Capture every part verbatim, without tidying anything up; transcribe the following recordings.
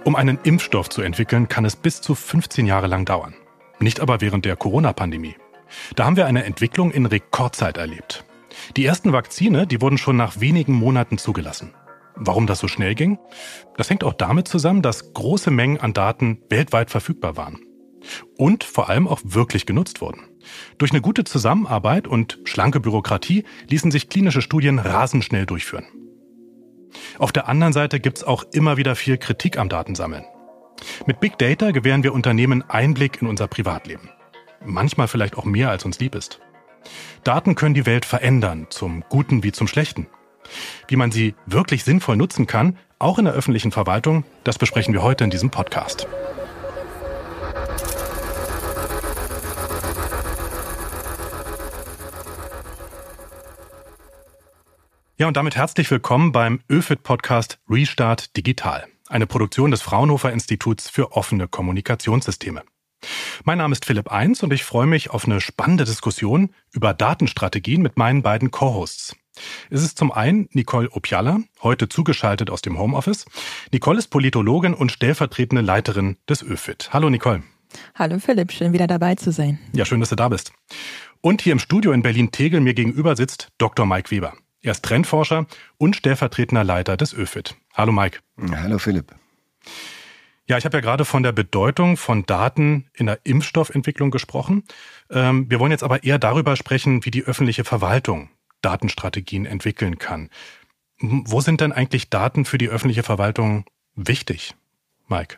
Um einen Impfstoff zu entwickeln, kann es bis zu fünfzehn Jahre lang dauern. Nicht aber während der Corona-Pandemie. Da haben wir eine Entwicklung in Rekordzeit erlebt. Die ersten Vakzine, die wurden schon nach wenigen Monaten zugelassen. Warum das so schnell ging? Das hängt auch damit zusammen, dass große Mengen an Daten weltweit verfügbar waren. Und vor allem auch wirklich genutzt wurden. Durch eine gute Zusammenarbeit und schlanke Bürokratie ließen sich klinische Studien rasend schnell durchführen. Auf der anderen Seite gibt es auch immer wieder viel Kritik am Datensammeln. Mit Big Data gewähren wir Unternehmen Einblick in unser Privatleben. Manchmal vielleicht auch mehr, als uns lieb ist. Daten können die Welt verändern, zum Guten wie zum Schlechten. Wie man sie wirklich sinnvoll nutzen kann, auch in der öffentlichen Verwaltung, das besprechen wir heute in diesem Podcast. Ja, und damit herzlich willkommen beim ÖFIT-Podcast Restart Digital, eine Produktion des Fraunhofer Instituts für offene Kommunikationssysteme. Mein Name ist Philipp Eins und ich freue mich auf eine spannende Diskussion über Datenstrategien mit meinen beiden Co-Hosts. Es ist zum einen Nicole Opialla, heute zugeschaltet aus dem Homeoffice. Nicole ist Politologin und stellvertretende Leiterin des ÖFIT. Hallo Nicole. Hallo Philipp, schön wieder dabei zu sein. Ja, schön, dass du da bist. Und hier im Studio in Berlin-Tegel mir gegenüber sitzt Doktor Mike Weber. Er ist Trendforscher und stellvertretender Leiter des ÖFIT. Hallo Mike. Hallo Philipp. Ja, ich habe ja gerade von der Bedeutung von Daten in der Impfstoffentwicklung gesprochen. Ähm, wir wollen jetzt aber eher darüber sprechen, wie die öffentliche Verwaltung Datenstrategien entwickeln kann. Wo sind denn eigentlich Daten für die öffentliche Verwaltung wichtig, Mike?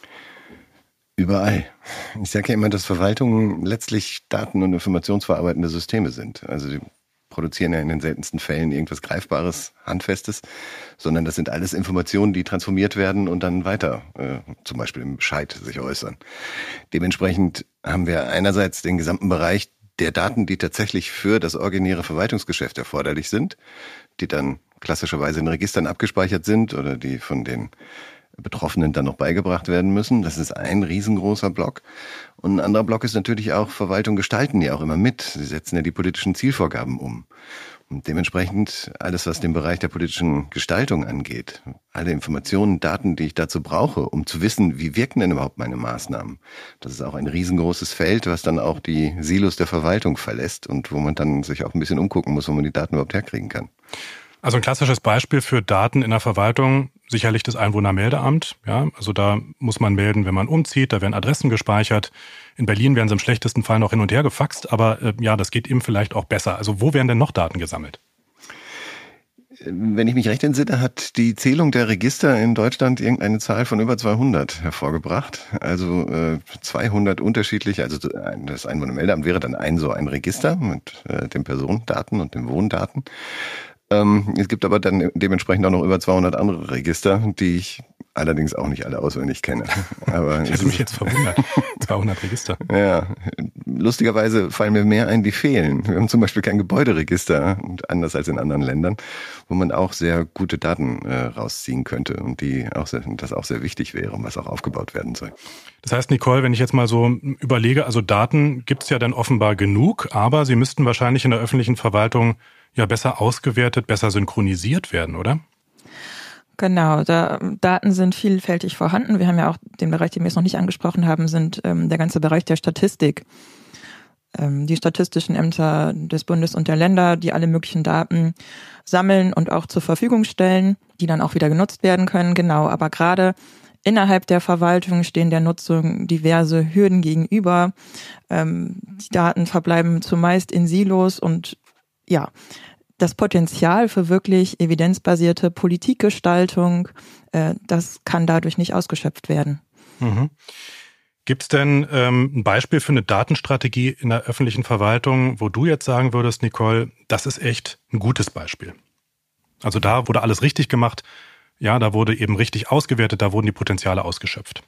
Überall. Ich sage ja immer, dass Verwaltungen letztlich Daten- und informationsverarbeitende Systeme sind. Also die produzieren ja in den seltensten Fällen irgendwas Greifbares, Handfestes, sondern das sind alles Informationen, die transformiert werden und dann weiter, äh, zum Beispiel im Bescheid, sich äußern. Dementsprechend haben wir einerseits den gesamten Bereich der Daten, die tatsächlich für das originäre Verwaltungsgeschäft erforderlich sind, die dann klassischerweise in Registern abgespeichert sind oder die von den Betroffenen dann noch beigebracht werden müssen. Das ist ein riesengroßer Block. Und ein anderer Block ist natürlich auch, Verwaltung gestalten ja auch immer mit. Sie setzen ja die politischen Zielvorgaben um. Und dementsprechend alles, was den Bereich der politischen Gestaltung angeht, alle Informationen, Daten, die ich dazu brauche, um zu wissen, wie wirken denn überhaupt meine Maßnahmen. Das ist auch ein riesengroßes Feld, was dann auch die Silos der Verwaltung verlässt und wo man dann sich auch ein bisschen umgucken muss, wo man die Daten überhaupt herkriegen kann. Also ein klassisches Beispiel für Daten in der Verwaltung, sicherlich das Einwohnermeldeamt. Ja, also da muss man melden, wenn man umzieht, da werden Adressen gespeichert. In Berlin werden sie im schlechtesten Fall noch hin und her gefaxt, aber äh, ja, das geht eben vielleicht auch besser. Also wo werden denn noch Daten gesammelt? Wenn ich mich recht entsinne, hat die Zählung der Register in Deutschland irgendeine Zahl von über zweihundert hervorgebracht. Also äh, zweihundert unterschiedliche, also das Einwohnermeldeamt wäre dann ein so ein Register mit äh, den Personendaten und den Wohndaten. Ähm, es gibt aber dann dementsprechend auch noch über zweihundert andere Register, die ich allerdings auch nicht alle auswendig kenne. Aber ich hätte mich jetzt verwundert. zweihundert Register. Ja, lustigerweise fallen mir mehr ein, die fehlen. Wir haben zum Beispiel kein Gebäuderegister, anders als in anderen Ländern, wo man auch sehr gute Daten äh, rausziehen könnte und die auch sehr, das auch sehr wichtig wäre und was auch aufgebaut werden soll. Das heißt, Nicole, wenn ich jetzt mal so überlege, also Daten gibt es ja dann offenbar genug, aber sie müssten wahrscheinlich in der öffentlichen Verwaltung ja besser ausgewertet, besser synchronisiert werden, oder? Genau, da, Daten sind vielfältig vorhanden. Wir haben ja auch den Bereich, den wir jetzt noch nicht angesprochen haben, sind ähm, der ganze Bereich der Statistik. Ähm, die statistischen Ämter des Bundes und der Länder, die alle möglichen Daten sammeln und auch zur Verfügung stellen, die dann auch wieder genutzt werden können. Genau, aber gerade innerhalb der Verwaltung stehen der Nutzung diverse Hürden gegenüber. Ähm, die Daten verbleiben zumeist in Silos und ja, das Potenzial für wirklich evidenzbasierte Politikgestaltung, äh, das kann dadurch nicht ausgeschöpft werden. Mhm. Gibt es denn ähm, ein Beispiel für eine Datenstrategie in der öffentlichen Verwaltung, wo du jetzt sagen würdest, Nicole, das ist echt ein gutes Beispiel? Also da wurde alles richtig gemacht, ja, da wurde eben richtig ausgewertet, da wurden die Potenziale ausgeschöpft.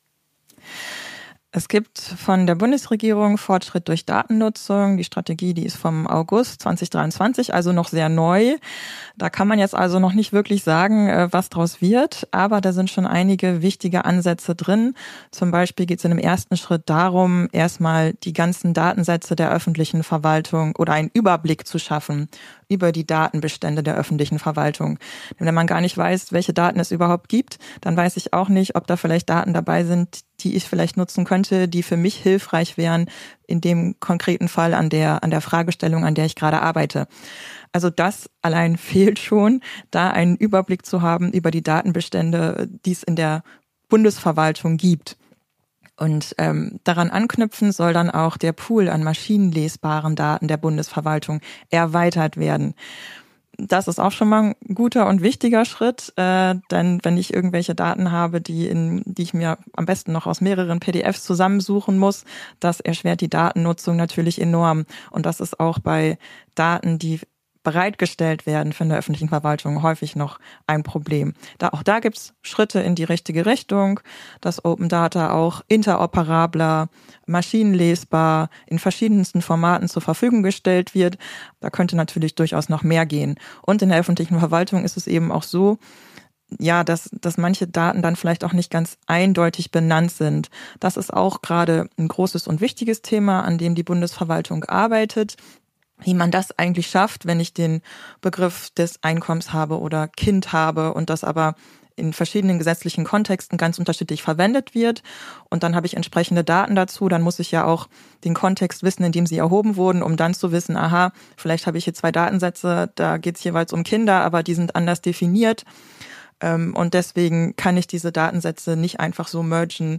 Es gibt von der Bundesregierung Fortschritt durch Datennutzung. Die Strategie, die ist vom August zwanzig dreiundzwanzig, also noch sehr neu. Da kann man jetzt also noch nicht wirklich sagen, was draus wird, aber da sind schon einige wichtige Ansätze drin. Zum Beispiel geht es in einem ersten Schritt darum, erstmal die ganzen Datensätze der öffentlichen Verwaltung oder einen Überblick zu schaffen über die Datenbestände der öffentlichen Verwaltung. Denn wenn man gar nicht weiß, welche Daten es überhaupt gibt, dann weiß ich auch nicht, ob da vielleicht Daten dabei sind, die ich vielleicht nutzen könnte, die für mich hilfreich wären in dem konkreten Fall an der, an der Fragestellung, an der ich gerade arbeite. Also das allein fehlt schon, da einen Überblick zu haben über die Datenbestände, die es in der Bundesverwaltung gibt. Und ähm, daran anknüpfen soll dann auch der Pool an maschinenlesbaren Daten der Bundesverwaltung erweitert werden. Das ist auch schon mal ein guter und wichtiger Schritt, äh, denn wenn ich irgendwelche Daten habe, die in, die ich mir am besten noch aus mehreren P D Fs zusammensuchen muss, das erschwert die Datennutzung natürlich enorm. Und das ist auch bei Daten, die bereitgestellt werden von der öffentlichen Verwaltung, häufig noch ein Problem. Da, auch da gibt's Schritte in die richtige Richtung, dass Open Data auch interoperabler, maschinenlesbar in verschiedensten Formaten zur Verfügung gestellt wird. Da könnte natürlich durchaus noch mehr gehen. Und in der öffentlichen Verwaltung ist es eben auch so, ja, dass, dass manche Daten dann vielleicht auch nicht ganz eindeutig benannt sind. Das ist auch gerade ein großes und wichtiges Thema, an dem die Bundesverwaltung arbeitet. Wie man das eigentlich schafft, wenn ich den Begriff des Einkommens habe oder Kind habe und das aber in verschiedenen gesetzlichen Kontexten ganz unterschiedlich verwendet wird. Und dann habe ich entsprechende Daten dazu. Dann muss ich ja auch den Kontext wissen, in dem sie erhoben wurden, um dann zu wissen, aha, vielleicht habe ich hier zwei Datensätze, da geht es jeweils um Kinder, aber die sind anders definiert. Und deswegen kann ich diese Datensätze nicht einfach so mergen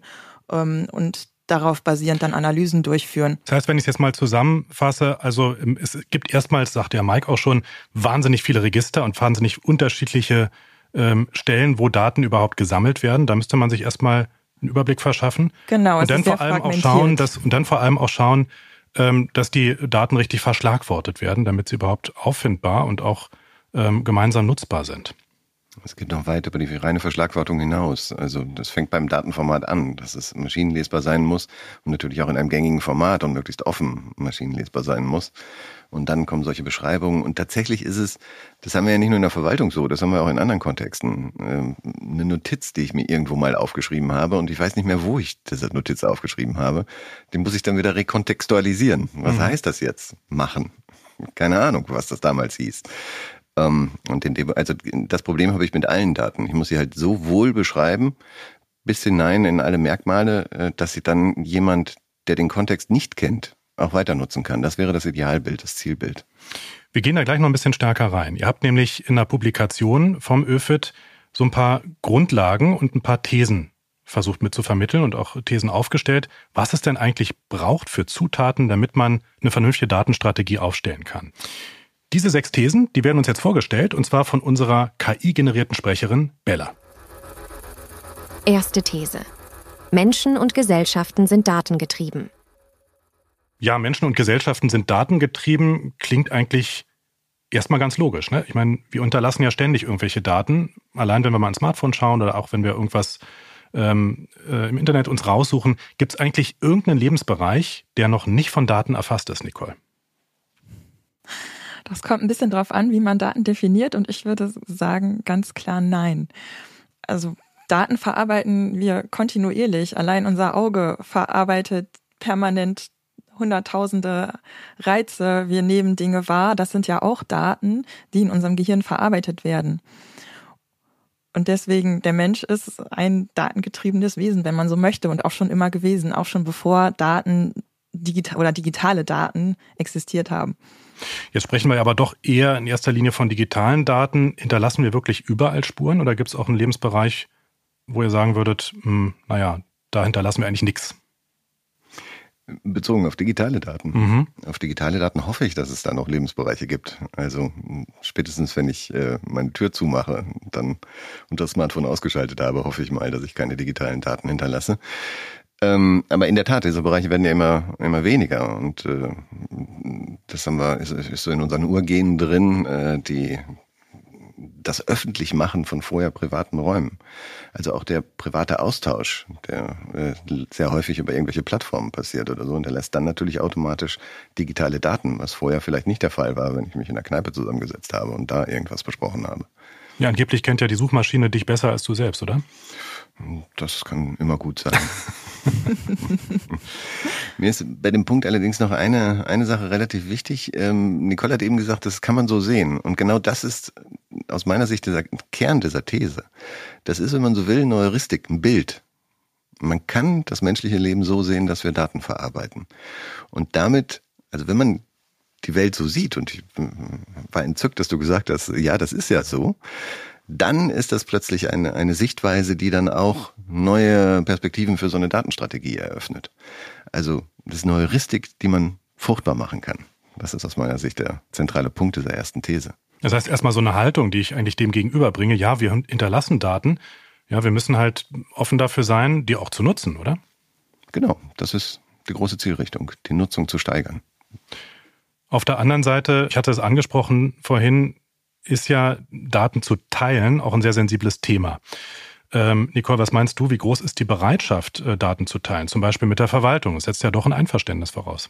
und darauf basierend dann Analysen durchführen. Das heißt, wenn ich es jetzt mal zusammenfasse, also es gibt erstmals, sagte ja Mike auch schon, wahnsinnig viele Register und wahnsinnig unterschiedliche ähm, Stellen, wo Daten überhaupt gesammelt werden. Da müsste man sich erstmal einen Überblick verschaffen. Genau, und dann es ist vor allem auch schauen, dass und dann vor allem auch schauen, ähm, dass die Daten richtig verschlagwortet werden, damit sie überhaupt auffindbar und auch ähm, gemeinsam nutzbar sind. Es geht noch weit über die reine Verschlagwortung hinaus. Also das fängt beim Datenformat an, dass es maschinenlesbar sein muss und natürlich auch in einem gängigen Format und möglichst offen maschinenlesbar sein muss. Und dann kommen solche Beschreibungen. Und tatsächlich ist es, das haben wir ja nicht nur in der Verwaltung so, das haben wir auch in anderen Kontexten. Eine Notiz, die ich mir irgendwo mal aufgeschrieben habe und ich weiß nicht mehr, wo ich diese Notiz aufgeschrieben habe, die muss ich dann wieder rekontextualisieren. Was mhm. heißt das jetzt? Machen. Keine Ahnung, was das damals hieß. Und in dem, also das Problem habe ich mit allen Daten. Ich muss sie halt so wohl beschreiben, bis hinein in alle Merkmale, dass sie dann jemand, der den Kontext nicht kennt, auch weiter nutzen kann. Das wäre das Idealbild, das Zielbild. Wir gehen da gleich noch ein bisschen stärker rein. Ihr habt nämlich in der Publikation vom ÖFIT so ein paar Grundlagen und ein paar Thesen versucht mit zu vermitteln und auch Thesen aufgestellt, was es denn eigentlich braucht für Zutaten, damit man eine vernünftige Datenstrategie aufstellen kann. Diese sechs Thesen, die werden uns jetzt vorgestellt, und zwar von unserer K I-generierten Sprecherin Bella. Erste These. Menschen und Gesellschaften sind datengetrieben. Ja, Menschen und Gesellschaften sind datengetrieben, klingt eigentlich erstmal ganz logisch, ne? Ich meine, wir unterlassen ja ständig irgendwelche Daten, allein wenn wir mal ein Smartphone schauen oder auch wenn wir irgendwas ähm, äh, im Internet uns raussuchen. Gibt es eigentlich irgendeinen Lebensbereich, der noch nicht von Daten erfasst ist, Nicole? Das kommt ein bisschen drauf an, wie man Daten definiert, und ich würde sagen, ganz klar nein. Also Daten verarbeiten wir kontinuierlich. Allein unser Auge verarbeitet permanent hunderttausende Reize. Wir nehmen Dinge wahr. Das sind ja auch Daten, die in unserem Gehirn verarbeitet werden. Und deswegen, der Mensch ist ein datengetriebenes Wesen, wenn man so möchte, und auch schon immer gewesen, auch schon bevor Daten digital oder digitale Daten existiert haben. Jetzt sprechen wir aber doch eher in erster Linie von digitalen Daten. Hinterlassen wir wirklich überall Spuren oder gibt es auch einen Lebensbereich, wo ihr sagen würdet, mh, naja, da hinterlassen wir eigentlich nichts? Bezogen auf digitale Daten. Mhm. Auf digitale Daten hoffe ich, dass es da noch Lebensbereiche gibt. Also spätestens, wenn ich äh, meine Tür zumache dann und das Smartphone ausgeschaltet habe, hoffe ich mal, dass ich keine digitalen Daten hinterlasse. Ähm, aber in der Tat, diese Bereiche werden ja immer immer weniger und äh, das haben wir ist, ist so in unseren Urgenen drin, äh, die das Öffentlichmachen von vorher privaten Räumen. Also auch der private Austausch, der äh, sehr häufig über irgendwelche Plattformen passiert oder so, und der lässt dann natürlich automatisch digitale Daten, was vorher vielleicht nicht der Fall war, wenn ich mich in der Kneipe zusammengesetzt habe und da irgendwas besprochen habe. Ja, angeblich kennt ja die Suchmaschine dich besser als du selbst, oder? Das kann immer gut sein. Mir ist bei dem Punkt allerdings noch eine, eine Sache relativ wichtig. Ähm, Nicole hat eben gesagt, das kann man so sehen. Und genau das ist aus meiner Sicht der Kern dieser These. Das ist, wenn man so will, eine Heuristik, ein Bild. Man kann das menschliche Leben so sehen, dass wir Daten verarbeiten. Und damit, also wenn man die Welt so sieht, und ich war entzückt, dass du gesagt hast, ja, das ist ja so, dann ist das plötzlich eine, eine Sichtweise, die dann auch neue Perspektiven für so eine Datenstrategie eröffnet. Also das ist eine Heuristik, die man fruchtbar machen kann. Das ist aus meiner Sicht der zentrale Punkt dieser ersten These. Das heißt erstmal so eine Haltung, die ich eigentlich dem gegenüberbringe. Ja, wir hinterlassen Daten. Ja, wir müssen halt offen dafür sein, die auch zu nutzen, oder? Genau, das ist die große Zielrichtung, die Nutzung zu steigern. Auf der anderen Seite, ich hatte es angesprochen vorhin, ist ja Daten zu teilen auch ein sehr sensibles Thema. Ähm, Nicole, was meinst du, wie groß ist die Bereitschaft, Daten zu teilen? Zum Beispiel mit der Verwaltung. Das setzt ja doch ein Einverständnis voraus.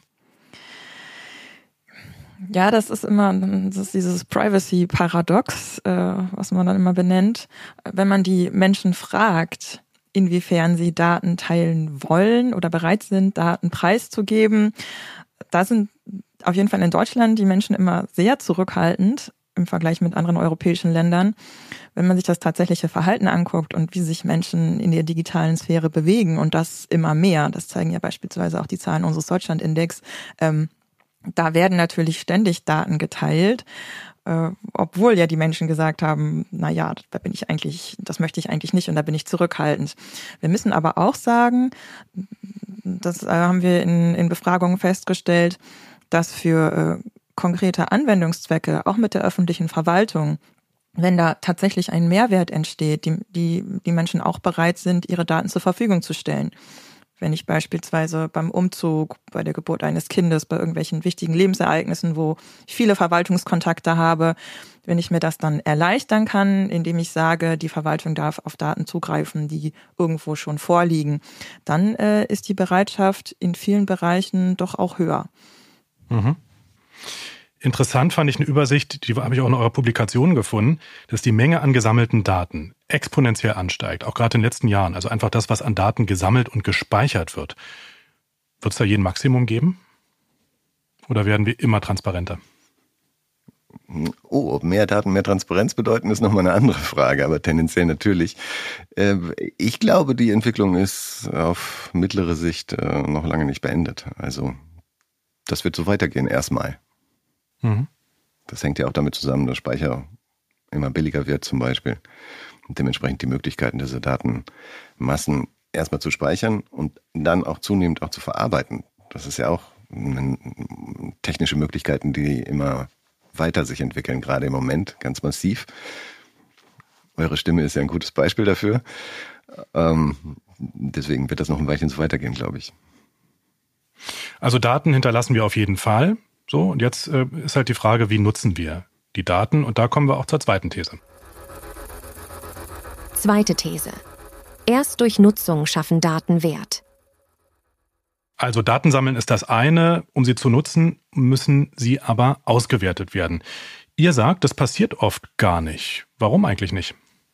Ja, das ist immer, das ist dieses Privacy-Paradox, äh, was man dann immer benennt. Wenn man die Menschen fragt, inwiefern sie Daten teilen wollen oder bereit sind, Daten preiszugeben, da sind auf jeden Fall in Deutschland die Menschen immer sehr zurückhaltend im Vergleich mit anderen europäischen Ländern. Wenn man sich das tatsächliche Verhalten anguckt und wie sich Menschen in der digitalen Sphäre bewegen und das immer mehr, das zeigen ja beispielsweise auch die Zahlen unseres Deutschland-Index, ähm, da werden natürlich ständig Daten geteilt, äh, obwohl ja die Menschen gesagt haben, na ja, da bin ich eigentlich, das möchte ich eigentlich nicht und da bin ich zurückhaltend. Wir müssen aber auch sagen, das äh, haben wir in, in Befragungen festgestellt, dass für äh, konkrete Anwendungszwecke, auch mit der öffentlichen Verwaltung, wenn da tatsächlich ein Mehrwert entsteht, die, die, die Menschen auch bereit sind, ihre Daten zur Verfügung zu stellen. Wenn ich beispielsweise beim Umzug, bei der Geburt eines Kindes, bei irgendwelchen wichtigen Lebensereignissen, wo ich viele Verwaltungskontakte habe, wenn ich mir das dann erleichtern kann, indem ich sage, die Verwaltung darf auf Daten zugreifen, die irgendwo schon vorliegen, dann äh, ist die Bereitschaft in vielen Bereichen doch auch höher. Mhm. Interessant fand ich eine Übersicht, die habe ich auch in eurer Publikation gefunden, dass die Menge an gesammelten Daten exponentiell ansteigt, auch gerade in den letzten Jahren. Also einfach das, was an Daten gesammelt und gespeichert wird. Wird es da je ein Maximum geben? Oder werden wir immer transparenter? Oh, ob mehr Daten mehr Transparenz bedeuten, ist nochmal eine andere Frage, aber tendenziell natürlich. Ich glaube, die Entwicklung ist auf mittlere Sicht noch lange nicht beendet. Also das wird so weitergehen erstmal. Mhm. Das hängt ja auch damit zusammen, dass Speicher immer billiger wird zum Beispiel. Und dementsprechend die Möglichkeiten, diese Datenmassen erstmal zu speichern und dann auch zunehmend auch zu verarbeiten. Das ist ja auch eine, technische Möglichkeiten, die immer weiter sich entwickeln, gerade im Moment ganz massiv. Eure Stimme ist ja ein gutes Beispiel dafür. Ähm, deswegen wird das noch ein Weilchen so weitergehen, glaube ich. Also Daten hinterlassen wir auf jeden Fall. So, und jetzt äh, ist halt die Frage, wie nutzen wir die Daten? Und da kommen wir auch zur zweiten These. Zweite These. Erst durch Nutzung schaffen Daten Wert. Also Daten sammeln ist das eine. Um sie zu nutzen, müssen sie aber ausgewertet werden. Ihr sagt, das passiert oft gar nicht. Warum eigentlich nicht?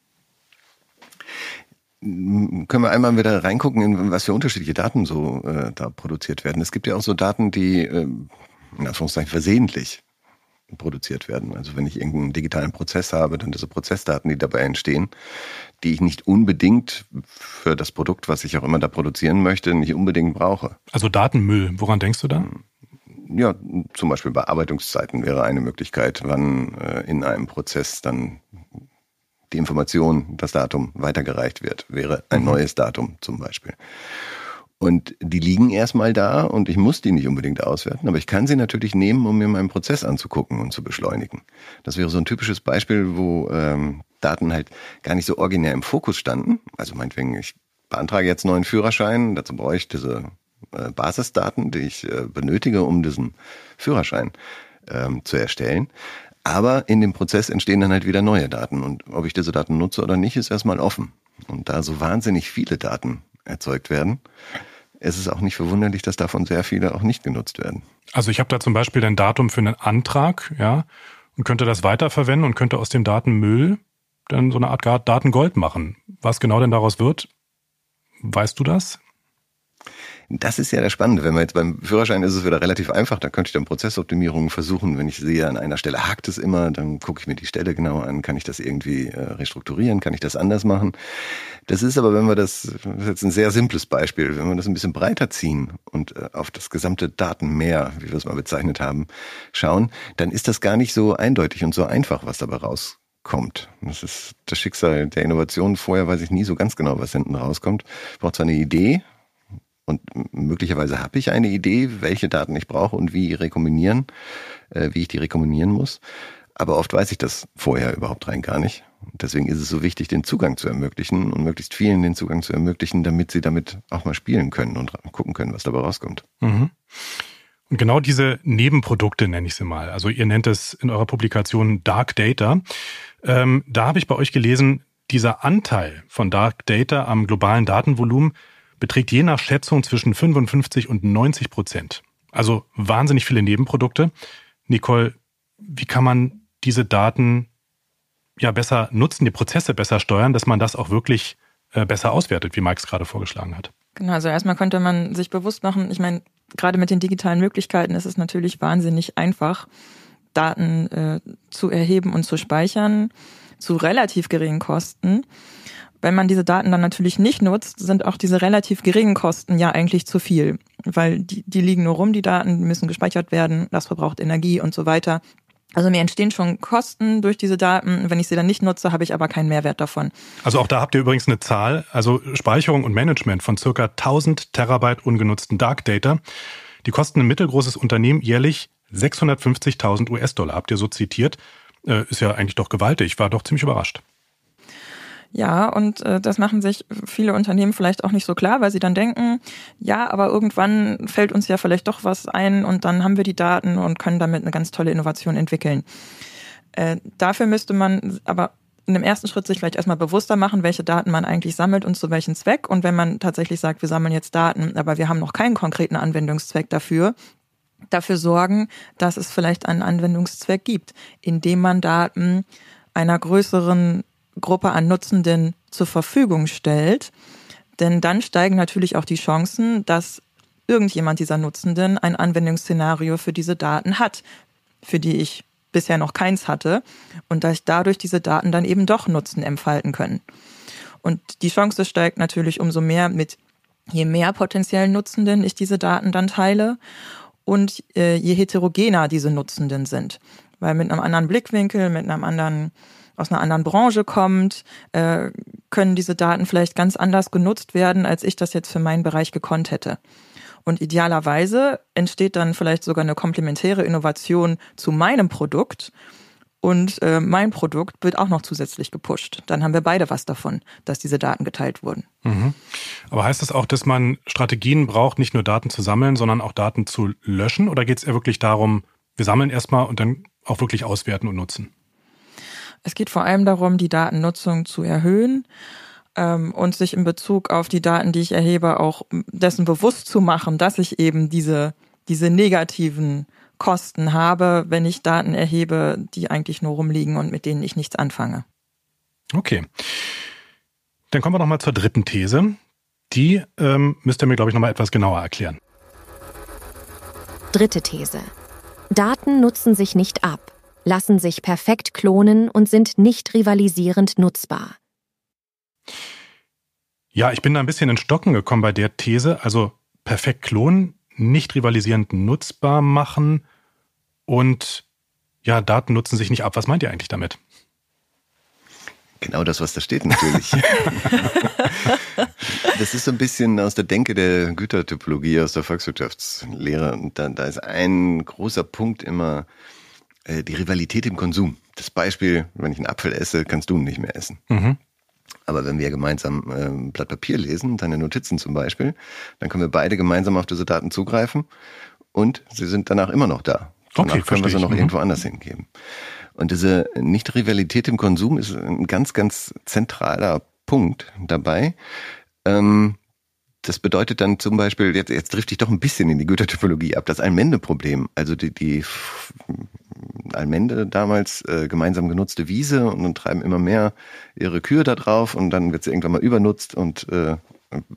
Können wir einmal wieder reingucken, in was für unterschiedliche Daten so äh, da produziert werden. Es gibt ja auch so Daten, die äh, in Anführungszeichen versehentlich produziert werden. Also wenn ich irgendeinen digitalen Prozess habe, dann diese Prozessdaten, die dabei entstehen, die ich nicht unbedingt für das Produkt, was ich auch immer da produzieren möchte, nicht unbedingt brauche. Also Datenmüll, woran denkst du da? Ja, zum Beispiel Bearbeitungszeiten wäre eine Möglichkeit, wann äh, in einem Prozess dann die Information, das Datum weitergereicht wird, wäre ein mhm. neues Datum zum Beispiel. Und die liegen erstmal da und ich muss die nicht unbedingt auswerten, aber ich kann sie natürlich nehmen, um mir meinen Prozess anzugucken und zu beschleunigen. Das wäre so ein typisches Beispiel, wo ähm, Daten halt gar nicht so originär im Fokus standen. Also meinetwegen, ich beantrage jetzt einen neuen Führerschein, dazu brauche ich diese äh, Basisdaten, die ich äh, benötige, um diesen Führerschein ähm, zu erstellen. Aber in dem Prozess entstehen dann halt wieder neue Daten und ob ich diese Daten nutze oder nicht, ist erstmal offen. Und da so wahnsinnig viele Daten erzeugt werden, es ist auch nicht verwunderlich, dass davon sehr viele auch nicht genutzt werden. Also ich habe da zum Beispiel ein Datum für einen Antrag, ja, und könnte das weiterverwenden und könnte aus dem Datenmüll dann so eine Art Datengold machen. Was genau denn daraus wird, weißt du das? Das ist ja das Spannende. Wenn man jetzt beim Führerschein ist es wieder relativ einfach, da könnte ich dann Prozessoptimierungen versuchen. Wenn ich sehe, an einer Stelle hakt es immer, dann gucke ich mir die Stelle genauer an. Kann ich das irgendwie äh, restrukturieren? Kann ich das anders machen? Das ist aber, wenn wir das, das ist jetzt ein sehr simples Beispiel, wenn wir das ein bisschen breiter ziehen und äh, auf das gesamte Datenmeer, wie wir es mal bezeichnet haben, schauen, dann ist das gar nicht so eindeutig und so einfach, was dabei rauskommt. Das ist das Schicksal der Innovation. Vorher weiß ich nie so ganz genau, was hinten rauskommt. Ich brauche zwar eine Idee, und möglicherweise habe ich eine Idee, welche Daten ich brauche und wie rekombinieren, äh, wie ich die rekombinieren muss. Aber oft weiß ich das vorher überhaupt rein gar nicht. Deswegen ist es so wichtig, den Zugang zu ermöglichen und möglichst vielen den Zugang zu ermöglichen, damit sie damit auch mal spielen können und gucken können, was dabei rauskommt. Mhm. Und genau diese Nebenprodukte nenne ich sie mal. Also ihr nennt es in eurer Publikation Dark Data. Ähm, da habe ich bei euch gelesen, dieser Anteil von Dark Data am globalen Datenvolumen beträgt je nach Schätzung zwischen fünfundfünfzig und neunzig Prozent. Also wahnsinnig viele Nebenprodukte. Nicole, wie kann man diese Daten ja besser nutzen, die Prozesse besser steuern, dass man das auch wirklich äh, besser auswertet, wie Mike es gerade vorgeschlagen hat? Genau, also erstmal könnte man sich bewusst machen, ich meine, gerade mit den digitalen Möglichkeiten ist es natürlich wahnsinnig einfach, Daten äh, zu erheben und zu speichern, zu relativ geringen Kosten. Wenn man diese Daten dann natürlich nicht nutzt, sind auch diese relativ geringen Kosten ja eigentlich zu viel, weil die, die liegen nur rum, die Daten müssen gespeichert werden, das verbraucht Energie und so weiter. Also mir entstehen schon Kosten durch diese Daten. Wenn ich sie dann nicht nutze, habe ich aber keinen Mehrwert davon. Also auch da habt ihr übrigens eine Zahl, also Speicherung und Management von circa tausend Terabyte ungenutzten Dark Data. Die kosten ein mittelgroßes Unternehmen jährlich sechshundertfünfzigtausend U S-Dollar, habt ihr so zitiert. Äh, ist ja eigentlich doch gewaltig, ich war doch ziemlich überrascht. Ja, und äh, das machen sich viele Unternehmen vielleicht auch nicht so klar, weil sie dann denken, ja, aber irgendwann fällt uns ja vielleicht doch was ein und dann haben wir die Daten und können damit eine ganz tolle Innovation entwickeln. Äh, dafür müsste man aber in dem ersten Schritt sich vielleicht erstmal bewusster machen, welche Daten man eigentlich sammelt und zu welchem Zweck. Und wenn man tatsächlich sagt, wir sammeln jetzt Daten, aber wir haben noch keinen konkreten Anwendungszweck dafür, dafür sorgen, dass es vielleicht einen Anwendungszweck gibt, indem man Daten einer größeren Gruppe an Nutzenden zur Verfügung stellt. Denn dann steigen natürlich auch die Chancen, dass irgendjemand dieser Nutzenden ein Anwendungsszenario für diese Daten hat, für die ich bisher noch keins hatte und dass dadurch diese Daten dann eben doch Nutzen entfalten können. Und die Chance steigt natürlich umso mehr mit je mehr potenziellen Nutzenden ich diese Daten dann teile und äh, je heterogener diese Nutzenden sind. Weil mit einem anderen Blickwinkel, mit einem anderen aus einer anderen Branche kommt, äh, können diese Daten vielleicht ganz anders genutzt werden, als ich das jetzt für meinen Bereich gekonnt hätte. Und idealerweise entsteht dann vielleicht sogar eine komplementäre Innovation zu meinem Produkt und äh, mein Produkt wird auch noch zusätzlich gepusht. Dann haben wir beide was davon, dass diese Daten geteilt wurden. Mhm. Aber heißt das auch, dass man Strategien braucht, nicht nur Daten zu sammeln, sondern auch Daten zu löschen? Oder geht es eher wirklich darum, wir sammeln erstmal und dann auch wirklich auswerten und nutzen? Es geht vor allem darum, die Datennutzung zu erhöhen ähm, und sich in Bezug auf die Daten, die ich erhebe, auch dessen bewusst zu machen, dass ich eben diese, diese negativen Kosten habe, wenn ich Daten erhebe, die eigentlich nur rumliegen und mit denen ich nichts anfange. Okay. Dann kommen wir nochmal zur dritten These. Die ähm, müsst ihr mir, glaube ich, nochmal etwas genauer erklären. Dritte These. Daten nutzen sich nicht ab, lassen sich perfekt klonen und sind nicht rivalisierend nutzbar. Ja, ich bin da ein bisschen in Stocken gekommen bei der These. Also perfekt klonen, nicht rivalisierend nutzbar machen und ja, Daten nutzen sich nicht ab. Was meint ihr eigentlich damit? Genau das, was da steht natürlich. Das ist so ein bisschen aus der Denke der Gütertypologie, aus der Volkswirtschaftslehre. Und da, da ist ein großer Punkt immer die Rivalität im Konsum. Das Beispiel, wenn ich einen Apfel esse, kannst du ihn nicht mehr essen. Mhm. Aber wenn wir gemeinsam äh, ein Blatt Papier lesen, deine Notizen zum Beispiel, dann können wir beide gemeinsam auf diese Daten zugreifen und sie sind danach immer noch da. Danach okay, können wir sie noch mhm. irgendwo anders hingeben. Und diese Nicht-Rivalität im Konsum ist ein ganz, ganz zentraler Punkt dabei. Ähm, Das bedeutet dann zum Beispiel, jetzt, jetzt trifft ich doch ein bisschen in die Gütertypologie ab, das Allmende-Problem, also die, die Allmende damals äh, gemeinsam genutzte Wiese und dann treiben immer mehr ihre Kühe da drauf und dann wird sie irgendwann mal übernutzt und äh,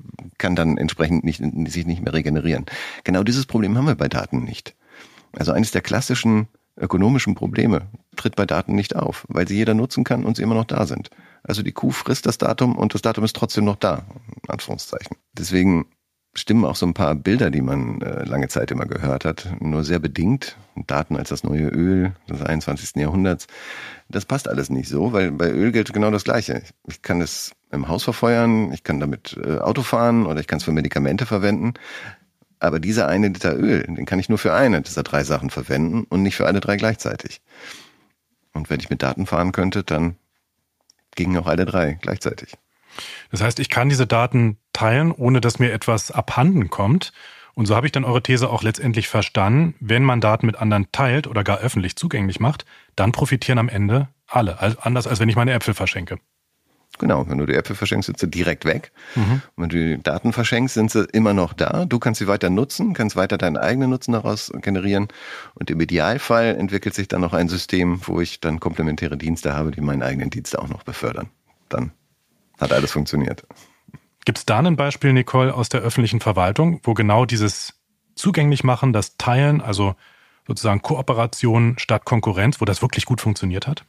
kann dann entsprechend nicht, sich nicht mehr regenerieren. Genau dieses Problem haben wir bei Daten nicht. Also eines der klassischen ökonomischen Probleme tritt bei Daten nicht auf, weil sie jeder nutzen kann und sie immer noch da sind. Also die Kuh frisst das Datum und das Datum ist trotzdem noch da, in Anführungszeichen. Deswegen stimmen auch so ein paar Bilder, die man äh, lange Zeit immer gehört hat, nur sehr bedingt. Daten als das neue Öl des einundzwanzigsten Jahrhunderts. Das passt alles nicht so, weil bei Öl gilt genau das Gleiche. Ich kann es im Haus verfeuern, ich kann damit äh, Auto fahren oder ich kann es für Medikamente verwenden. Aber dieser eine Liter Öl, den kann ich nur für eine dieser drei Sachen verwenden und nicht für alle drei gleichzeitig. Und wenn ich mit Daten fahren könnte, dann gingen auch alle drei gleichzeitig. Das heißt, ich kann diese Daten teilen, ohne dass mir etwas abhanden kommt. Und so habe ich dann eure These auch letztendlich verstanden. Wenn man Daten mit anderen teilt oder gar öffentlich zugänglich macht, dann profitieren am Ende alle. Also anders als wenn ich meine Äpfel verschenke. Genau, wenn du die Äpfel verschenkst, sind sie direkt weg. Mhm. Und wenn du die Daten verschenkst, sind sie immer noch da. Du kannst sie weiter nutzen, kannst weiter deinen eigenen Nutzen daraus generieren. Und im Idealfall entwickelt sich dann noch ein System, wo ich dann komplementäre Dienste habe, die meinen eigenen Dienste auch noch befördern. Dann hat alles funktioniert. Gibt es da ein Beispiel, Nicole, aus der öffentlichen Verwaltung, wo genau dieses Zugänglichmachen, das Teilen, also sozusagen Kooperation statt Konkurrenz, wo das wirklich gut funktioniert hat?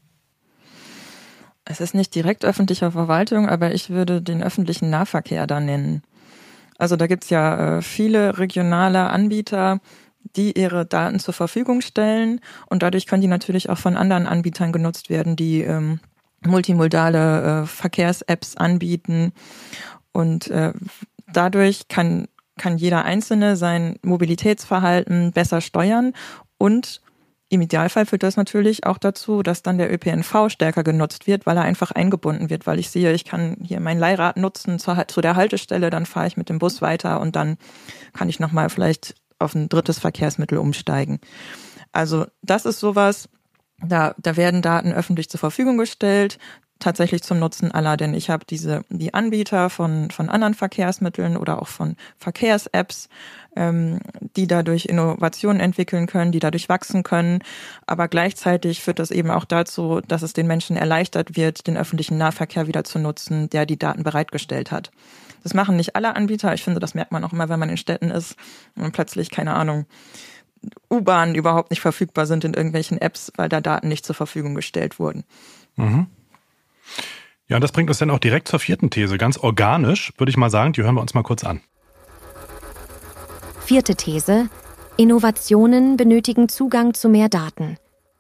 Es ist nicht direkt öffentliche Verwaltung, aber ich würde den öffentlichen Nahverkehr da nennen. Also da gibt's ja äh, viele regionale Anbieter, die ihre Daten zur Verfügung stellen und dadurch können die natürlich auch von anderen Anbietern genutzt werden, die ähm, multimodale äh, Verkehrs-Apps anbieten und äh, dadurch kann, kann jeder Einzelne sein Mobilitätsverhalten besser steuern und im Idealfall führt das natürlich auch dazu, dass dann der Ö P N V stärker genutzt wird, weil er einfach eingebunden wird, weil ich sehe, ich kann hier mein Leihrad nutzen zur, zu der Haltestelle, dann fahre ich mit dem Bus weiter und dann kann ich nochmal vielleicht auf ein drittes Verkehrsmittel umsteigen. Also das ist sowas, da, da werden Daten öffentlich zur Verfügung gestellt, tatsächlich zum Nutzen aller, denn ich habe diese die Anbieter von von anderen Verkehrsmitteln oder auch von Verkehrs-Apps, ähm, die dadurch Innovationen entwickeln können, die dadurch wachsen können, aber gleichzeitig führt das eben auch dazu, dass es den Menschen erleichtert wird, den öffentlichen Nahverkehr wieder zu nutzen, der die Daten bereitgestellt hat. Das machen nicht alle Anbieter, ich finde, das merkt man auch immer, wenn man in Städten ist und plötzlich, keine Ahnung, U-Bahnen überhaupt nicht verfügbar sind in irgendwelchen Apps, weil da Daten nicht zur Verfügung gestellt wurden. Mhm. Ja, und das bringt uns dann auch direkt zur vierten These. Ganz organisch, würde ich mal sagen, die hören wir uns mal kurz an. Vierte These: Innovationen benötigen Zugang zu mehr Daten.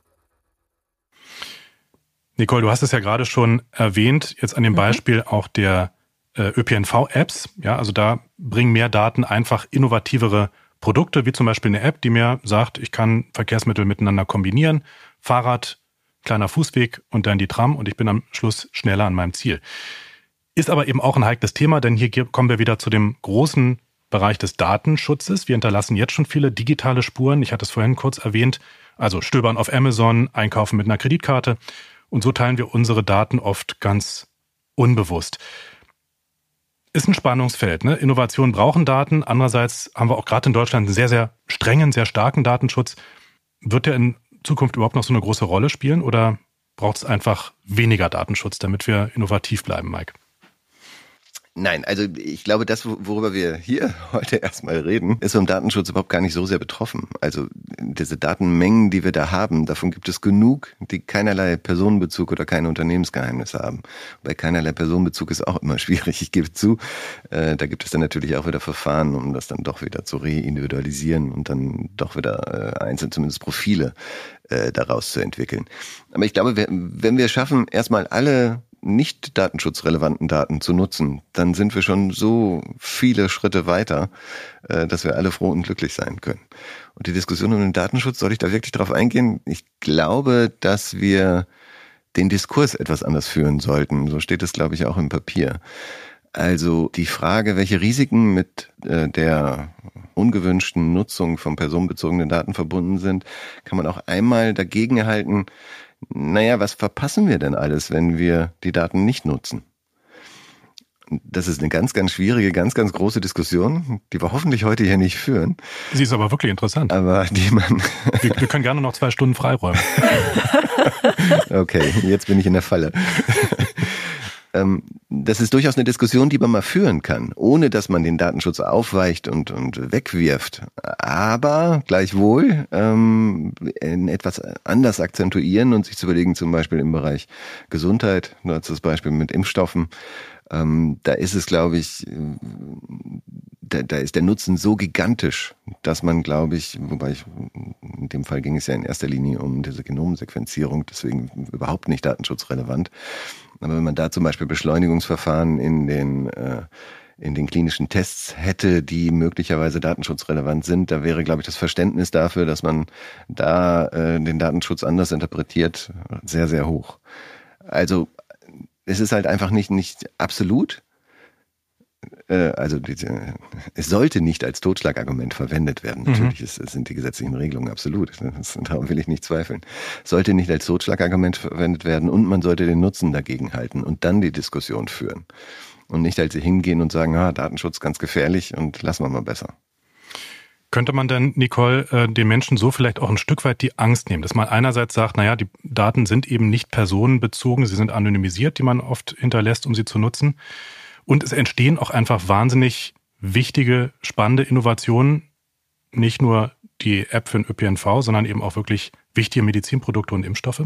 Nicole, du hast es ja gerade schon erwähnt, jetzt an dem Beispiel mhm. auch der äh, Ö P N V-Apps. Ja, also da bringen mehr Daten einfach innovativere Produkte, wie zum Beispiel eine App, die mir sagt, ich kann Verkehrsmittel miteinander kombinieren, Fahrrad, kleiner Fußweg und dann die Tram und ich bin am Schluss schneller an meinem Ziel. Ist aber eben auch ein heikles Thema, denn hier kommen wir wieder zu dem großen Bereich des Datenschutzes. Wir hinterlassen jetzt schon viele digitale Spuren. Ich hatte es vorhin kurz erwähnt, also stöbern auf Amazon, einkaufen mit einer Kreditkarte und so teilen wir unsere Daten oft ganz unbewusst. Ist ein Spannungsfeld, ne? Innovationen brauchen Daten. Andererseits haben wir auch gerade in Deutschland einen sehr, sehr strengen, sehr starken Datenschutz. Wird der in Zukunft überhaupt noch so eine große Rolle spielen oder braucht es einfach weniger Datenschutz, damit wir innovativ bleiben, Mike? Nein, also ich glaube, das, worüber wir hier heute erstmal reden, ist vom Datenschutz überhaupt gar nicht so sehr betroffen. Also diese Datenmengen, die wir da haben, davon gibt es genug, die keinerlei Personenbezug oder keine Unternehmensgeheimnisse haben. Bei keinerlei Personenbezug ist auch immer schwierig, ich gebe zu. Äh, da gibt es dann natürlich auch wieder Verfahren, um das dann doch wieder zu reindividualisieren und dann doch wieder äh, einzeln zumindest Profile äh, daraus zu entwickeln. Aber ich glaube, wenn wir schaffen, erstmal alle nicht datenschutzrelevanten Daten zu nutzen, dann sind wir schon so viele Schritte weiter, dass wir alle froh und glücklich sein können. Und die Diskussion um den Datenschutz, soll ich da wirklich drauf eingehen? Ich glaube, dass wir den Diskurs etwas anders führen sollten. So steht es, glaube ich, auch im Papier. Also die Frage, welche Risiken mit der ungewünschten Nutzung von personenbezogenen Daten verbunden sind, kann man auch einmal dagegen halten. Naja, was verpassen wir denn alles, wenn wir die Daten nicht nutzen? Das ist eine ganz, ganz schwierige, ganz, ganz große Diskussion, die wir hoffentlich heute hier nicht führen. Sie ist aber wirklich interessant. Aber die man... wir, wir können gerne noch zwei Stunden freiräumen. Okay, jetzt bin ich in der Falle. ähm, das ist durchaus eine Diskussion, die man mal führen kann, ohne dass man den Datenschutz aufweicht und, und wegwirft. Aber gleichwohl ähm, etwas anders akzentuieren und sich zu überlegen, zum Beispiel im Bereich Gesundheit, nur als das Beispiel mit Impfstoffen, ähm, da ist es, glaube ich, da, da ist der Nutzen so gigantisch, dass man, glaube ich, wobei ich, in dem Fall ging es ja in erster Linie um diese Genomsequenzierung, deswegen überhaupt nicht datenschutzrelevant. Aber wenn man da zum Beispiel Beschleunigungsverfahren in den äh, in den klinischen Tests hätte, die möglicherweise datenschutzrelevant sind, da wäre, glaube ich, das Verständnis dafür, dass man da äh, den Datenschutz anders interpretiert, sehr, sehr hoch. Also es ist halt einfach nicht nicht absolut. Äh, also diese, es sollte nicht als Totschlagargument verwendet werden. Mhm. Natürlich ist, sind die gesetzlichen Regelungen absolut. Das, darum will ich nicht zweifeln. Sollte nicht als Totschlagargument verwendet werden und man sollte den Nutzen dagegen halten und dann die Diskussion führen. Und nicht als sie hingehen und sagen, ah, Datenschutz ganz gefährlich und lassen wir mal besser. Könnte man denn, Nicole, äh, den Menschen so vielleicht auch ein Stück weit die Angst nehmen, dass man einerseits sagt, naja, die Daten sind eben nicht personenbezogen, sie sind anonymisiert, die man oft hinterlässt, um sie zu nutzen. Und es entstehen auch einfach wahnsinnig wichtige, spannende Innovationen, nicht nur die App für den Ö P N V, sondern eben auch wirklich wichtige Medizinprodukte und Impfstoffe?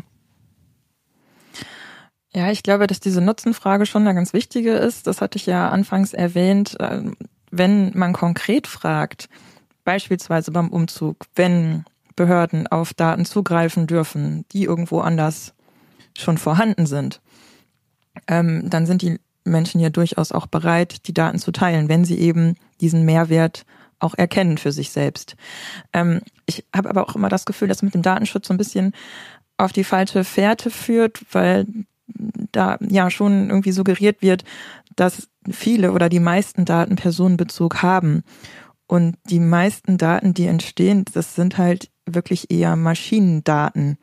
Ja, ich glaube, dass diese Nutzenfrage schon eine ganz wichtige ist. Das hatte ich ja anfangs erwähnt. Wenn man konkret fragt, beispielsweise beim Umzug, wenn Behörden auf Daten zugreifen dürfen, die irgendwo anders schon vorhanden sind, ähm, dann sind die Menschen ja durchaus auch bereit, die Daten zu teilen, wenn sie eben diesen Mehrwert auch erkennen für sich selbst. Ähm, ich habe aber auch immer das Gefühl, dass mit dem Datenschutz so ein bisschen auf die falsche Fährte führt, weil da ja schon irgendwie suggeriert wird, dass viele oder die meisten Daten Personenbezug haben. Und die meisten Daten, die entstehen, das sind halt wirklich eher Maschinendaten,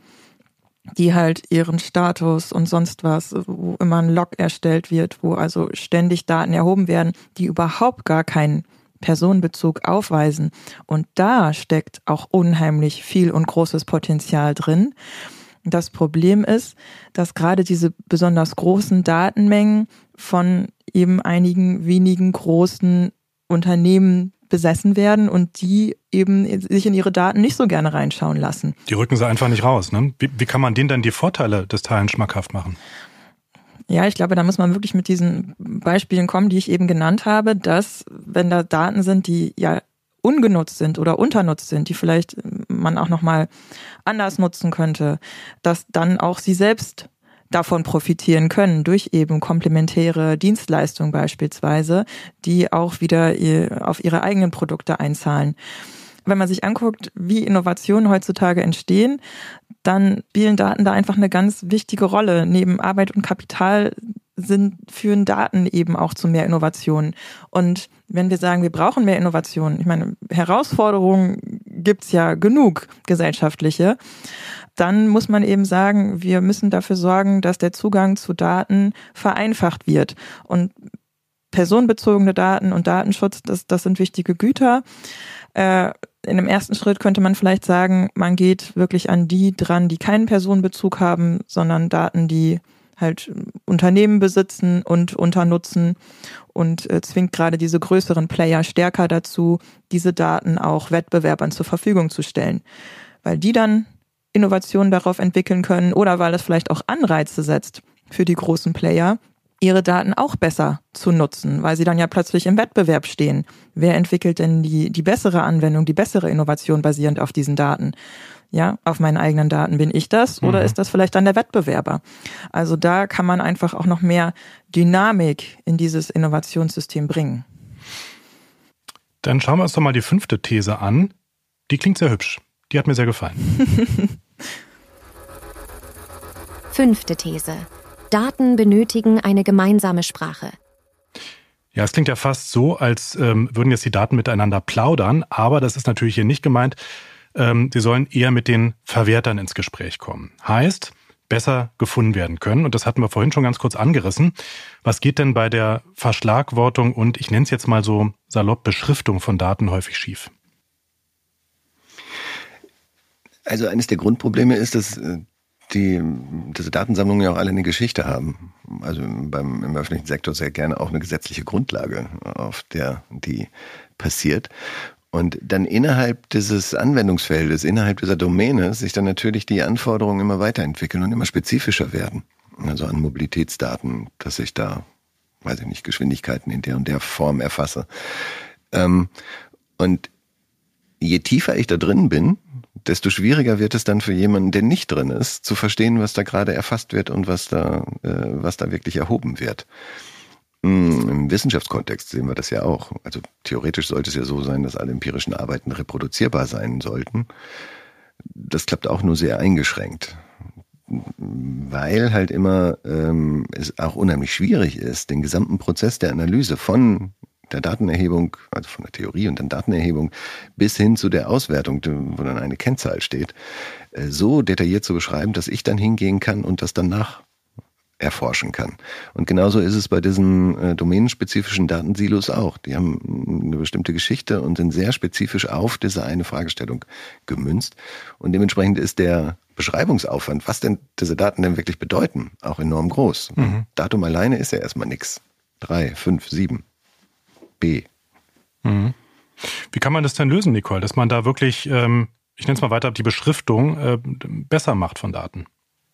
die halt ihren Status und sonst was, wo immer ein Log erstellt wird, wo also ständig Daten erhoben werden, die überhaupt gar keinen Personenbezug aufweisen. Und da steckt auch unheimlich viel und großes Potenzial drin. Das Problem ist, dass gerade diese besonders großen Datenmengen von eben einigen wenigen großen Unternehmen besessen werden und die eben sich in ihre Daten nicht so gerne reinschauen lassen. Die rücken sie einfach nicht raus, ne? Wie, wie kann man denen dann die Vorteile des Teilen schmackhaft machen? Ja, ich glaube, da muss man wirklich mit diesen Beispielen kommen, die ich eben genannt habe, dass wenn da Daten sind, die ja ungenutzt sind oder unternutzt sind, die vielleicht man auch nochmal anders nutzen könnte, dass dann auch sie selbst davon profitieren können, durch eben komplementäre Dienstleistungen beispielsweise, die auch wieder auf ihre eigenen Produkte einzahlen. Wenn man sich anguckt, wie Innovationen heutzutage entstehen, dann spielen Daten da einfach eine ganz wichtige Rolle. Neben Arbeit und Kapital sind, führen Daten eben auch zu mehr Innovationen. Und wenn wir sagen, wir brauchen mehr Innovationen, ich meine, Herausforderungen gibt's ja genug gesellschaftliche, dann muss man eben sagen, wir müssen dafür sorgen, dass der Zugang zu Daten vereinfacht wird. Und personenbezogene Daten und Datenschutz, das, das sind wichtige Güter. Äh, in dem ersten Schritt könnte man vielleicht sagen, man geht wirklich an die dran, die keinen Personenbezug haben, sondern Daten, die halt Unternehmen besitzen und unternutzen und äh, zwingt gerade diese größeren Player stärker dazu, diese Daten auch Wettbewerbern zur Verfügung zu stellen. Weil die dann Innovationen darauf entwickeln können oder weil es vielleicht auch Anreize setzt für die großen Player, ihre Daten auch besser zu nutzen, weil sie dann ja plötzlich im Wettbewerb stehen. Wer entwickelt denn die, die bessere Anwendung, die bessere Innovation basierend auf diesen Daten? Ja, auf meinen eigenen Daten bin ich das oder mhm. ist das vielleicht dann der Wettbewerber? Also da kann man einfach auch noch mehr Dynamik in dieses Innovationssystem bringen. Dann schauen wir uns doch mal die fünfte These an. Die klingt sehr hübsch. Die hat mir sehr gefallen. Fünfte These. Daten benötigen eine gemeinsame Sprache. Ja, es klingt ja fast so, als ähm, würden jetzt die Daten miteinander plaudern, aber das ist natürlich hier nicht gemeint. Ähm, sie sollen eher mit den Verwertern ins Gespräch kommen. Heißt, besser gefunden werden können. Und das hatten wir vorhin schon ganz kurz angerissen. Was geht denn bei der Verschlagwortung und, ich nenne es jetzt mal so salopp, Beschriftung von Daten häufig schief? Also eines der Grundprobleme ist, dass die, diese Datensammlungen ja auch alle eine Geschichte haben. Also beim, im öffentlichen Sektor sehr gerne auch eine gesetzliche Grundlage, auf der die passiert. Und dann innerhalb dieses Anwendungsfeldes, innerhalb dieser Domäne sich dann natürlich die Anforderungen immer weiterentwickeln und immer spezifischer werden. Also an Mobilitätsdaten, dass ich da, weiß ich nicht, Geschwindigkeiten in der und der Form erfasse. Ähm, und je tiefer ich da drin bin, desto schwieriger wird es dann für jemanden, der nicht drin ist, zu verstehen, was da gerade erfasst wird und was da, äh, was da wirklich erhoben wird. Im Wissenschaftskontext sehen wir das ja auch. Also theoretisch sollte es ja so sein, dass alle empirischen Arbeiten reproduzierbar sein sollten. Das klappt auch nur sehr eingeschränkt, weil halt immer ähm, es auch unheimlich schwierig ist, den gesamten Prozess der Analyse von der Datenerhebung, also von der Theorie und dann Datenerhebung bis hin zu der Auswertung, wo dann eine Kennzahl steht, so detailliert zu beschreiben, dass ich dann hingehen kann und das danach erforschen kann. Und genauso ist es bei diesen äh, domänenspezifischen Datensilos auch. Die haben eine bestimmte Geschichte und sind sehr spezifisch auf diese eine Fragestellung gemünzt. Und dementsprechend ist der Beschreibungsaufwand, was denn diese Daten denn wirklich bedeuten, auch enorm groß. Mhm. Datum alleine ist ja erstmal nichts. Drei, fünf, sieben. B. Mhm. Wie kann man das denn lösen, Nicole, dass man da wirklich, ähm, ich nenne es mal weiter, die Beschriftung äh, besser macht von Daten?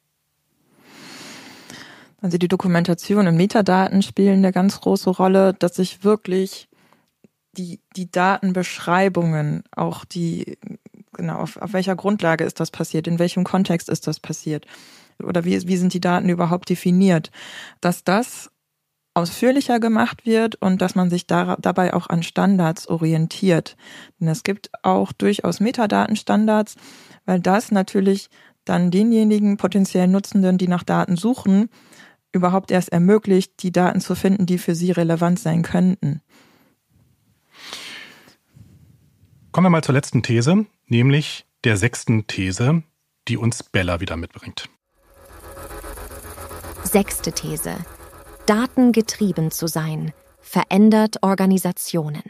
Also die Dokumentation und Metadaten spielen eine ganz große Rolle, dass ich wirklich die, die Datenbeschreibungen, auch die, genau, auf, auf welcher Grundlage ist das passiert, in welchem Kontext ist das passiert oder wie, wie sind die Daten überhaupt definiert, dass das ausführlicher gemacht wird und dass man sich da, dabei auch an Standards orientiert. Denn es gibt auch durchaus Metadatenstandards, weil das natürlich dann denjenigen potenziellen Nutzenden, die nach Daten suchen, überhaupt erst ermöglicht, die Daten zu finden, die für sie relevant sein könnten. Kommen wir mal zur letzten These, nämlich der sechsten These, die uns Bella wieder mitbringt. Sechste These. Datengetrieben zu sein, verändert Organisationen.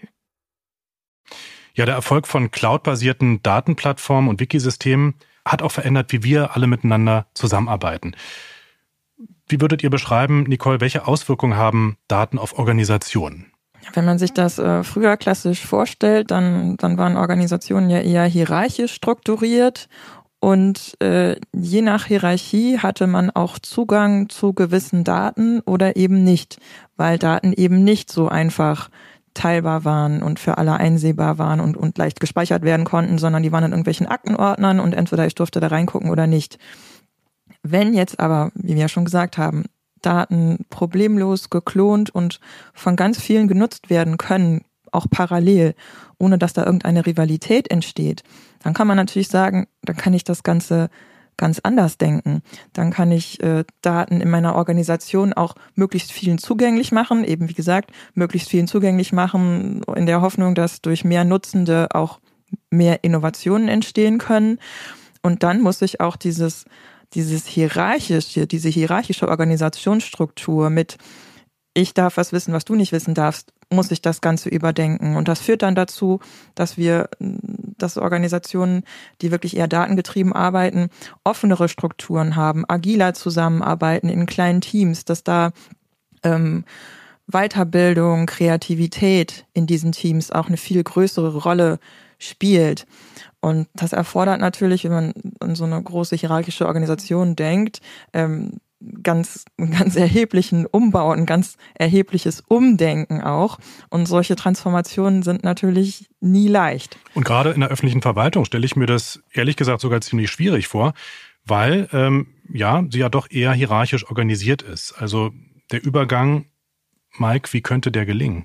Ja, der Erfolg von cloudbasierten Datenplattformen und Wikisystemen hat auch verändert, wie wir alle miteinander zusammenarbeiten. Wie würdet ihr beschreiben, Nicole, welche Auswirkungen haben Daten auf Organisationen? Wenn man sich das äh, früher klassisch vorstellt, dann, dann waren Organisationen ja eher hierarchisch strukturiert und äh, je nach Hierarchie hatte man auch Zugang zu gewissen Daten oder eben nicht, weil Daten eben nicht so einfach teilbar waren und für alle einsehbar waren und, und leicht gespeichert werden konnten, sondern die waren in irgendwelchen Aktenordnern und entweder ich durfte da reingucken oder nicht. Wenn jetzt aber, wie wir ja schon gesagt haben, Daten problemlos geklont und von ganz vielen genutzt werden können, auch parallel, ohne dass da irgendeine Rivalität entsteht, dann kann man natürlich sagen, dann kann ich das Ganze ganz anders denken. Dann kann ich äh, Daten in meiner Organisation auch möglichst vielen zugänglich machen, eben wie gesagt, möglichst vielen zugänglich machen, in der Hoffnung, dass durch mehr Nutzende auch mehr Innovationen entstehen können. Und dann muss ich auch dieses Dieses hierarchische, diese hierarchische Organisationsstruktur mit ich darf was wissen, was du nicht wissen darfst, muss ich das Ganze überdenken. Und das führt dann dazu, dass wir, dass Organisationen, die wirklich eher datengetrieben arbeiten, offenere Strukturen haben, agiler zusammenarbeiten in kleinen Teams, dass da ähm, Weiterbildung, Kreativität in diesen Teams auch eine viel größere Rolle spielt. Und das erfordert natürlich, wenn man an so eine große hierarchische Organisation denkt, ähm, ganz, ganz erheblichen Umbau, ein ganz erhebliches Umdenken auch. Und solche Transformationen sind natürlich nie leicht. Und gerade in der öffentlichen Verwaltung stelle ich mir das ehrlich gesagt sogar ziemlich schwierig vor, weil ähm, ja sie ja doch eher hierarchisch organisiert ist. Also der Übergang, Mike, wie könnte der gelingen?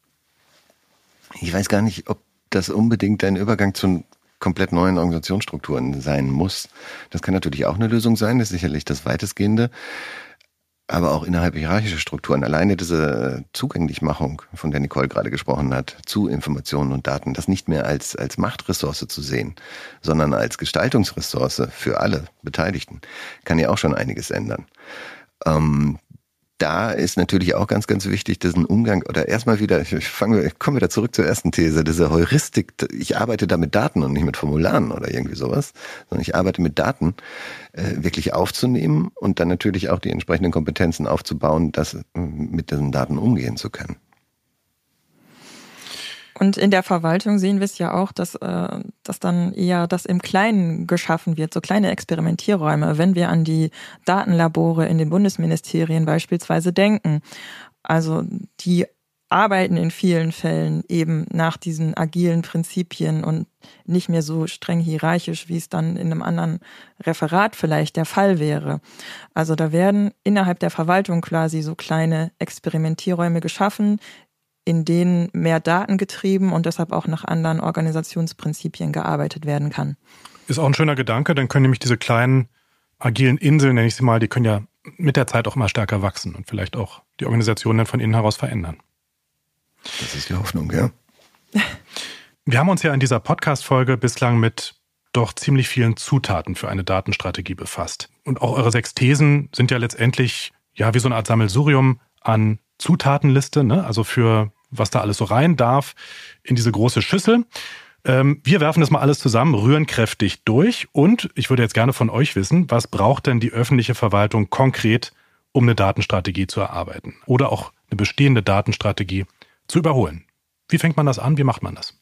Ich weiß gar nicht, ob das unbedingt ein Übergang zu komplett neuen Organisationsstrukturen sein muss. Das kann natürlich auch eine Lösung sein, das ist sicherlich das Weitestgehende, aber auch innerhalb hierarchischer Strukturen. Alleine diese Zugänglichmachung, von der Nicole gerade gesprochen hat, zu Informationen und Daten, das nicht mehr als, als Machtressource zu sehen, sondern als Gestaltungsressource für alle Beteiligten, kann ja auch schon einiges ändern. Ähm, da ist natürlich auch ganz, ganz wichtig, dass ein Umgang oder erstmal wieder, ich fange, ich komme wieder zurück zur ersten These, diese Heuristik, ich arbeite da mit Daten und nicht mit Formularen oder irgendwie sowas, sondern ich arbeite mit Daten, äh, wirklich aufzunehmen und dann natürlich auch die entsprechenden Kompetenzen aufzubauen, das mit diesen Daten umgehen zu können. Und in der Verwaltung sehen wir es ja auch, dass, äh, dass dann eher das im Kleinen geschaffen wird, so kleine Experimentierräume, wenn wir an die Datenlabore in den Bundesministerien beispielsweise denken. Also die arbeiten in vielen Fällen eben nach diesen agilen Prinzipien und nicht mehr so streng hierarchisch, wie es dann in einem anderen Referat vielleicht der Fall wäre. Also da werden innerhalb der Verwaltung quasi so kleine Experimentierräume geschaffen, in denen mehr Daten getrieben und deshalb auch nach anderen Organisationsprinzipien gearbeitet werden kann. Ist auch ein schöner Gedanke, dann können nämlich diese kleinen agilen Inseln, nenne ich sie mal, die können ja mit der Zeit auch immer stärker wachsen und vielleicht auch die Organisation dann von innen heraus verändern. Das ist die Hoffnung, ja. Wir haben uns ja in dieser Podcast-Folge bislang mit doch ziemlich vielen Zutaten für eine Datenstrategie befasst. Und auch eure sechs Thesen sind ja letztendlich ja wie so eine Art Sammelsurium an Zutatenliste, ne? Also für was da alles so rein darf in diese große Schüssel. Ähm, wir werfen das mal alles zusammen, rühren kräftig durch und ich würde jetzt gerne von euch wissen, was braucht denn die öffentliche Verwaltung konkret, um eine Datenstrategie zu erarbeiten oder auch eine bestehende Datenstrategie zu überholen? Wie fängt man das an? Wie macht man das?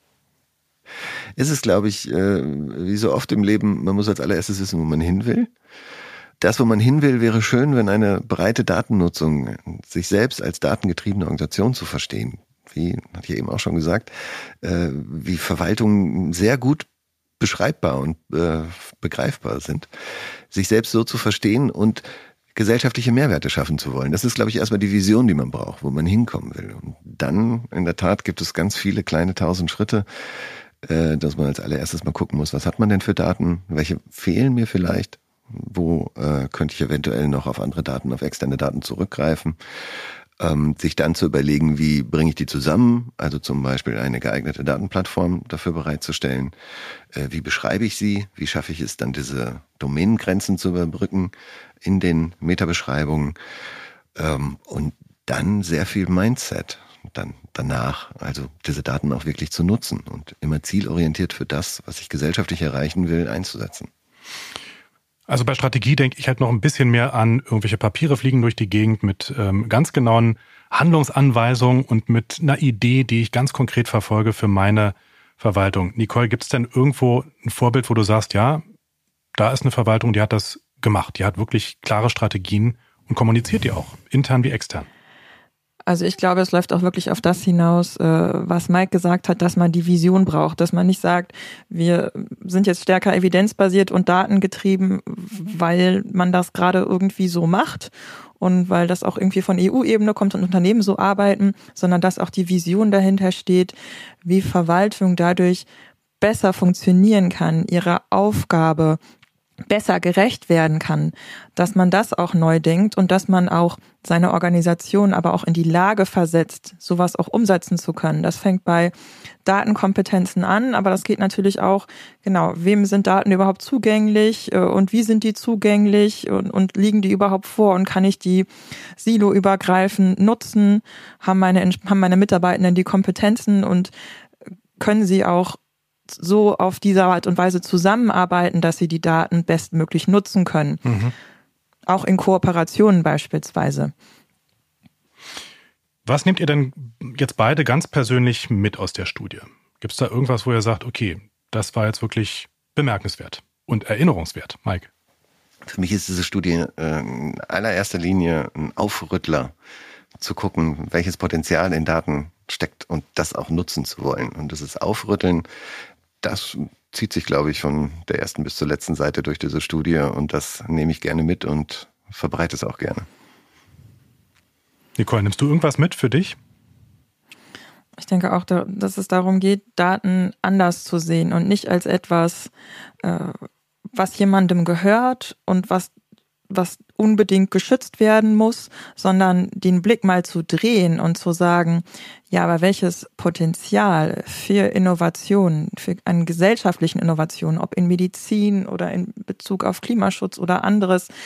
Es ist, glaube ich, wie so oft im Leben, man muss als allererstes wissen, wo man hin will. Das, wo man hin will, wäre schön, wenn eine breite Datennutzung, sich selbst als datengetriebene Organisation zu verstehen, wie, hatte ich eben auch schon gesagt, äh, wie Verwaltungen sehr gut beschreibbar und äh, begreifbar sind, sich selbst so zu verstehen und gesellschaftliche Mehrwerte schaffen zu wollen. Das ist, glaube ich, erstmal die Vision, die man braucht, wo man hinkommen will. Und dann, in der Tat, gibt es ganz viele kleine tausend Schritte, äh, dass man als allererstes mal gucken muss, was hat man denn für Daten, welche fehlen mir vielleicht, wo äh, könnte ich eventuell noch auf andere Daten, auf externe Daten zurückgreifen, ähm, sich dann zu überlegen, wie bringe ich die zusammen, also zum Beispiel eine geeignete Datenplattform dafür bereitzustellen, äh, wie beschreibe ich sie, wie schaffe ich es dann, diese Domänengrenzen zu überbrücken in den Metabeschreibungen ähm, und dann sehr viel Mindset dann danach, also diese Daten auch wirklich zu nutzen und immer zielorientiert für das, was ich gesellschaftlich erreichen will, einzusetzen. Also bei Strategie denke ich halt noch ein bisschen mehr an irgendwelche Papiere fliegen durch die Gegend mit ähm, ganz genauen Handlungsanweisungen und mit einer Idee, die ich ganz konkret verfolge für meine Verwaltung. Nicole, gibt es denn irgendwo ein Vorbild, wo du sagst, ja, da ist eine Verwaltung, die hat das gemacht, die hat wirklich klare Strategien und kommuniziert die auch, intern wie extern? Also ich glaube, es läuft auch wirklich auf das hinaus, was Mike gesagt hat, dass man die Vision braucht, dass man nicht sagt, wir sind jetzt stärker evidenzbasiert und datengetrieben, weil man das gerade irgendwie so macht und weil das auch irgendwie von E U-Ebene kommt und Unternehmen so arbeiten, sondern dass auch die Vision dahinter steht, wie Verwaltung dadurch besser funktionieren kann, ihrer Aufgabe besser gerecht werden kann, dass man das auch neu denkt und dass man auch seine Organisation aber auch in die Lage versetzt, sowas auch umsetzen zu können. Das fängt bei Datenkompetenzen an, aber das geht natürlich auch, genau, wem sind Daten überhaupt zugänglich und wie sind die zugänglich und, und liegen die überhaupt vor und kann ich die siloübergreifend nutzen, haben meine, haben meine Mitarbeitenden die Kompetenzen und können sie auch so auf diese Art und Weise zusammenarbeiten, dass sie die Daten bestmöglich nutzen können. Mhm. Auch in Kooperationen beispielsweise. Was nehmt ihr denn jetzt beide ganz persönlich mit aus der Studie? Gibt es da irgendwas, wo ihr sagt, okay, das war jetzt wirklich bemerkenswert und erinnerungswert? Mike? Für mich ist diese Studie äh, in allererster Linie ein Aufrüttler, zu gucken, welches Potenzial in Daten steckt und das auch nutzen zu wollen. Und das ist Aufrütteln, das zieht sich, glaube ich, von der ersten bis zur letzten Seite durch diese Studie und das nehme ich gerne mit und verbreite es auch gerne. Nicole, nimmst du irgendwas mit für dich? Ich denke auch, dass es darum geht, Daten anders zu sehen und nicht als etwas, was jemandem gehört und was was unbedingt geschützt werden muss, sondern den Blick mal zu drehen und zu sagen, ja, aber welches Potenzial für Innovationen, für eine gesellschaftlichen Innovation, ob in Medizin oder in Bezug auf Klimaschutz oder anderes,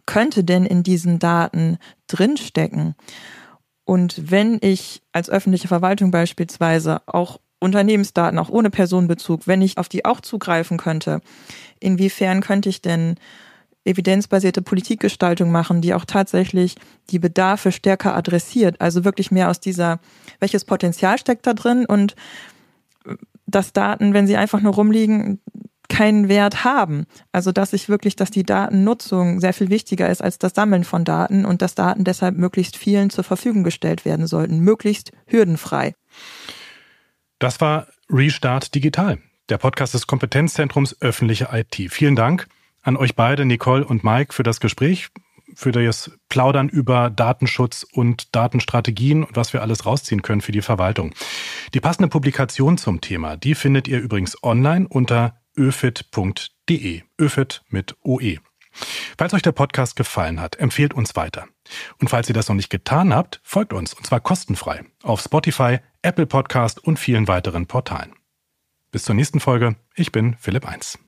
könnte denn in diesen Daten drinstecken? Und wenn ich als öffentliche Verwaltung beispielsweise auch Unternehmensdaten, auch ohne Personenbezug, wenn ich auf die auch zugreifen könnte, inwiefern könnte ich denn evidenzbasierte Politikgestaltung machen, die auch tatsächlich die Bedarfe stärker adressiert, also wirklich mehr aus dieser, welches Potenzial steckt da drin und dass Daten, wenn sie einfach nur rumliegen, keinen Wert haben. Also dass ich wirklich, dass die Datennutzung sehr viel wichtiger ist als das Sammeln von Daten und dass Daten deshalb möglichst vielen zur Verfügung gestellt werden sollten, möglichst hürdenfrei. Das war Restart Digital, der Podcast des Kompetenzzentrums Öffentliche I T. Vielen Dank an euch beide, Nicole und Mike, für das Gespräch, für das Plaudern über Datenschutz und Datenstrategien und was wir alles rausziehen können für die Verwaltung. Die passende Publikation zum Thema, die findet ihr übrigens online unter öfit punkt de. öfit mit O E. Falls euch der Podcast gefallen hat, empfehlt uns weiter. Und falls ihr das noch nicht getan habt, folgt uns, und zwar kostenfrei, auf Spotify, Apple Podcast und vielen weiteren Portalen. Bis zur nächsten Folge. Ich bin Philipp Eins.